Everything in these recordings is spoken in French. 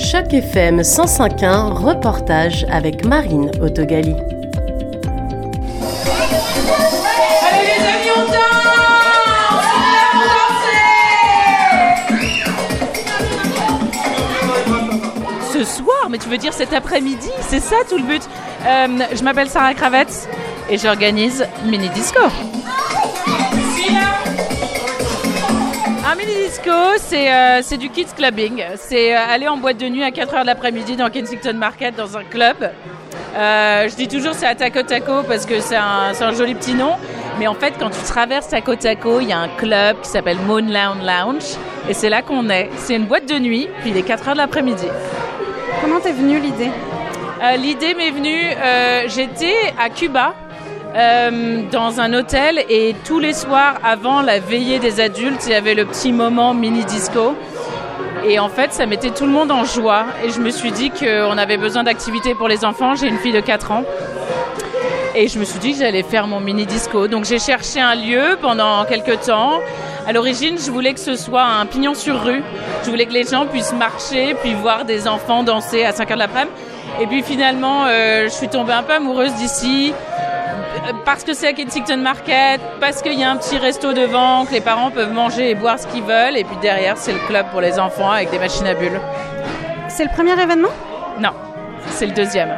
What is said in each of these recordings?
Choc FM 105.1, reportage avec Marine Autogali. Allez les amis, on danse! Ce soir, mais tu veux dire cet après-midi, c'est ça tout le but. Je m'appelle Sarah Kravets et j'organise Mini Disco. Un mini disco, c'est du kids clubbing. C'est aller en boîte de nuit à 4h de l'après-midi dans Kensington Market dans un club. Je dis toujours c'est à Taco Taco parce que c'est un joli petit nom. Mais en fait, quand tu traverses Taco Taco, il y a un club qui s'appelle Moon Lounge. Et c'est là qu'on est. C'est une boîte de nuit, puis il est 4h de l'après-midi. Comment t'es venue l'idée ? L'idée m'est venue, j'étais à Cuba. Dans un hôtel et tous les soirs avant la veillée des adultes, il y avait le petit moment mini disco et en fait ça mettait tout le monde en joie et je me suis dit qu'on avait besoin d'activités pour les enfants. J'ai une fille de 4 ans et je me suis dit que j'allais faire mon mini disco, donc j'ai cherché un lieu pendant quelques temps. À l'origine, je voulais que ce soit un pignon sur rue, je voulais que les gens puissent marcher puis voir des enfants danser à 5h de l'après-midi et puis finalement je suis tombée un peu amoureuse d'ici parce que c'est à Kensington Market, parce qu'il y a un petit resto devant, que les parents peuvent manger et boire ce qu'ils veulent, et puis derrière c'est le club pour les enfants avec des machines à bulles. C'est le premier événement ? Non, c'est le deuxième.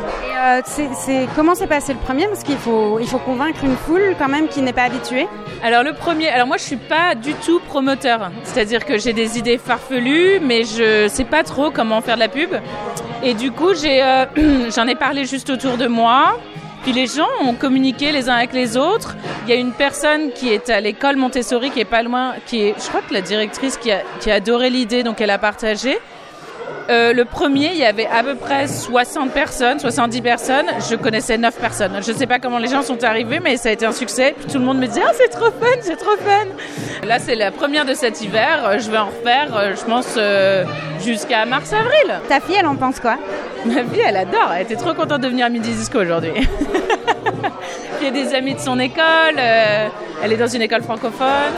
Et comment s'est passé le premier ? Parce qu'il faut convaincre une foule quand même qui n'est pas habituée. Alors moi je suis pas du tout promoteur, c'est-à-dire que j'ai des idées farfelues, mais je sais pas trop comment faire de la pub. Et du coup j'en ai parlé juste autour de moi. Puis les gens ont communiqué les uns avec les autres. Il y a une personne qui est à l'école Montessori, qui est pas loin, je crois que la directrice qui a adoré l'idée, donc elle a partagé. Le premier, il y avait à peu près 70 personnes. Je connaissais 9 personnes. Je ne sais pas comment les gens sont arrivés, mais ça a été un succès. Puis tout le monde me disait « Ah, c'est trop fun !» Là, c'est la première de cet hiver. Je vais en refaire, je pense, jusqu'à mars-avril. Ta fille, elle en pense quoi ? Ma fille, elle adore. Elle était trop contente de venir à Midi Disco aujourd'hui. Puis il y a des amis de son école. Elle est dans une école francophone.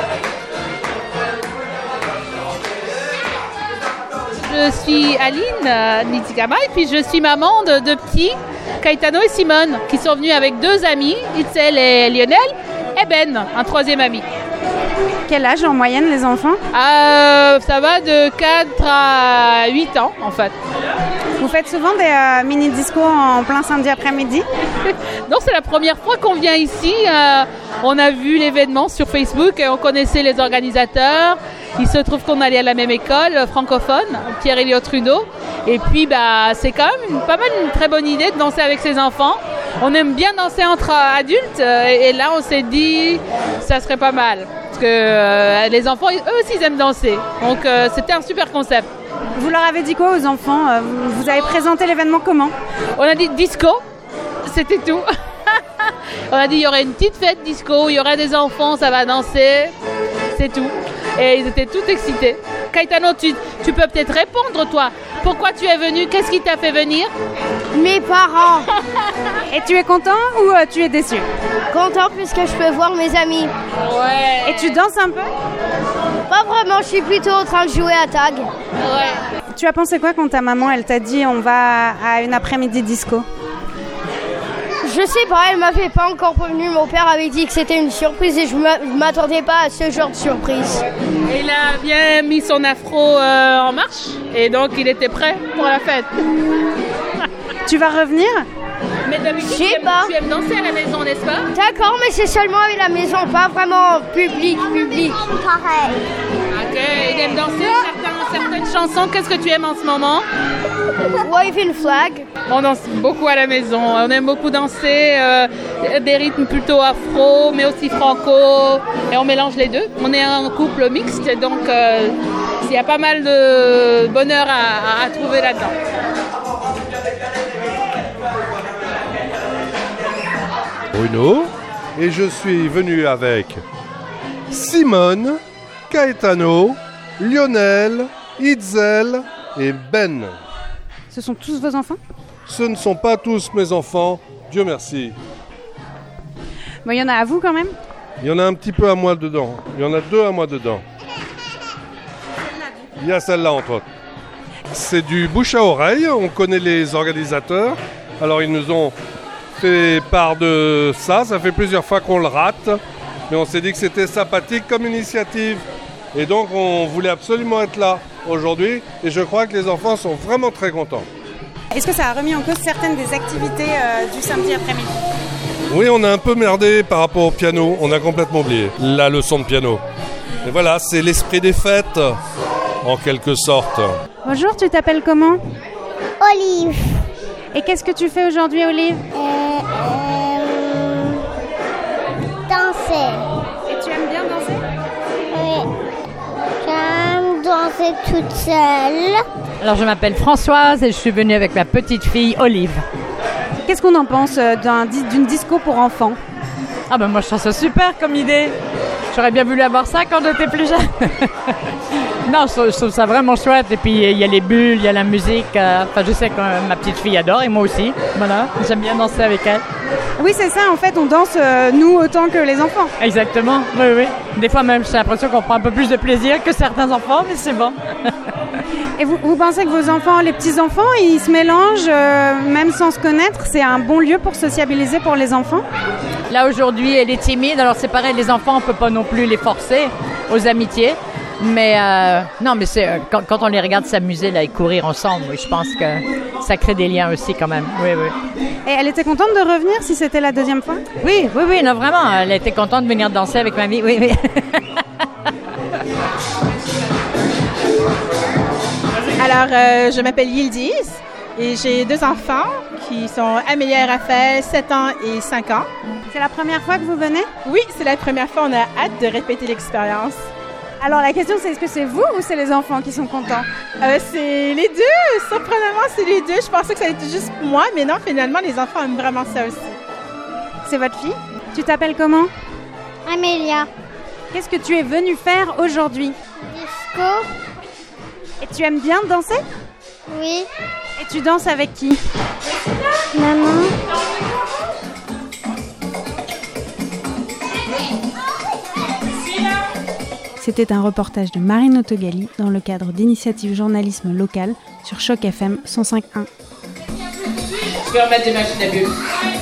Je suis Aline Nitigama et puis je suis maman de deux petits, Caetano et Simone, qui sont venus avec 2 amis, Itzel et Lionel, et Ben, un 3e ami. Quel âge en moyenne les enfants ? Ça va de 4 à 8 ans en fait. Vous faites souvent des mini-discos en plein samedi après-midi ? Non, c'est la première fois qu'on vient ici. On a vu l'événement sur Facebook et on connaissait les organisateurs. Il se trouve qu'on allait à la même école francophone, Pierre-Éliott Trudeau. Et puis, c'est quand même pas mal une très bonne idée de danser avec ses enfants. On aime bien danser entre adultes et là, on s'est dit ça serait pas mal. Parce que les enfants, eux aussi, ils aiment danser. Donc, c'était un super concept. Vous leur avez dit quoi aux enfants ? Vous avez présenté l'événement comment ? On a dit disco, c'était tout. On a dit il y aurait une petite fête disco, il y aurait des enfants, ça va danser, c'est tout. Et ils étaient tout excités. Caetano, tu peux peut-être répondre, toi. Pourquoi tu es venu ? Qu'est-ce qui t'a fait venir ? Mes parents. Et tu es content ou tu es déçu ? Content puisque je peux voir mes amis. Ouais. Et tu danses un peu ? Pas vraiment, je suis plutôt en train de jouer à tag. Ouais. Tu as pensé quoi quand ta maman, elle t'a dit on va à une après-midi disco ? Je sais pas, elle m'avait pas encore prévenu. Mon père avait dit que c'était une surprise et je m'attendais pas à ce genre de surprise. Il a bien mis son afro en marche et donc il était prêt pour la fête. Tu vas revenir ? Mais d'habitude, tu aimes danser à la maison, n'est-ce pas ? D'accord, mais c'est seulement à la maison, pas vraiment public. Pareil. Ok, il aime danser certaines chansons. Qu'est-ce que tu aimes en ce moment ? Waving Flag. On danse beaucoup à la maison. On aime beaucoup danser des rythmes plutôt afro, mais aussi franco. Et on mélange les deux. On est un couple mixte, donc il y a pas mal de bonheur à trouver là-dedans. Bruno, et je suis venu avec Simone, Caetano, Lionel, Itzel et Ben. Ce sont tous vos enfants ? Ce ne sont pas tous mes enfants, Dieu merci. Bon, il y en a à vous quand même ? Il y en a un petit peu à moi dedans. Il y en a 2 à moi dedans. Il y a celle-là entre autres. C'est du bouche à oreille, on connaît les organisateurs. Alors ils nous ont fait part de ça fait plusieurs fois qu'on le rate. Mais on s'est dit que c'était sympathique comme initiative. Et donc on voulait absolument être là aujourd'hui. Et je crois que les enfants sont vraiment très contents. Est-ce que ça a remis en cause certaines des activités du samedi après-midi ? Oui, on a un peu merdé par rapport au piano. On a complètement oublié la leçon de piano. Et voilà, c'est l'esprit des fêtes, en quelque sorte. Bonjour, tu t'appelles comment ? Olive. Et qu'est-ce que tu fais aujourd'hui, Olive ? Danser. Et tu aimes bien danser ? Oui. J'aime danser toute seule. Alors je m'appelle Françoise et je suis venue avec ma petite fille Olive. Qu'est-ce qu'on en pense d'une disco pour enfants ? Ah ben moi je trouve ça super comme idée. J'aurais bien voulu avoir ça quand j'étais plus jeune. Non, je trouve ça vraiment chouette. Et puis il y a les bulles, il y a la musique. Enfin je sais que ma petite fille adore et moi aussi. Voilà, j'aime bien danser avec elle. Oui c'est ça, en fait on danse nous autant que les enfants. Exactement, oui. Des fois même j'ai l'impression qu'on prend un peu plus de plaisir que certains enfants, mais c'est bon. Et vous pensez que vos enfants, les petits-enfants, ils se mélangent même sans se connaître ? C'est un bon lieu pour sociabiliser pour les enfants ? Là aujourd'hui elle est timide, alors c'est pareil, les enfants on peut pas non plus les forcer aux amitiés. Mais non, mais c'est quand on les regarde s'amuser là et courir ensemble, je pense que ça crée des liens aussi quand même. Oui. Et elle était contente de revenir si c'était la deuxième fois ? Oui, non vraiment, elle était contente de venir danser avec mamie. Oui. Alors, je m'appelle Yildiz et j'ai 2 enfants qui sont Amélie et Raphaël, 7 ans et 5 ans. C'est la première fois que vous venez ? Oui, c'est la première fois, on a hâte de répéter l'expérience. Alors la question c'est, est-ce que c'est vous ou c'est les enfants qui sont contents ? C'est les deux, surprenamment c'est les deux. Je pensais que ça allait être juste moi, mais non, finalement les enfants aiment vraiment ça aussi. C'est votre fille ? Tu t'appelles comment ? Amélia. Qu'est-ce que tu es venue faire aujourd'hui ? Disco. Et tu aimes bien danser ? Oui. Et tu danses avec qui ? Maman. C'était un reportage de Marine Autogali dans le cadre d'Initiative Journalisme Local sur Choc FM 105.1. Je vais remettre des machines à bulles.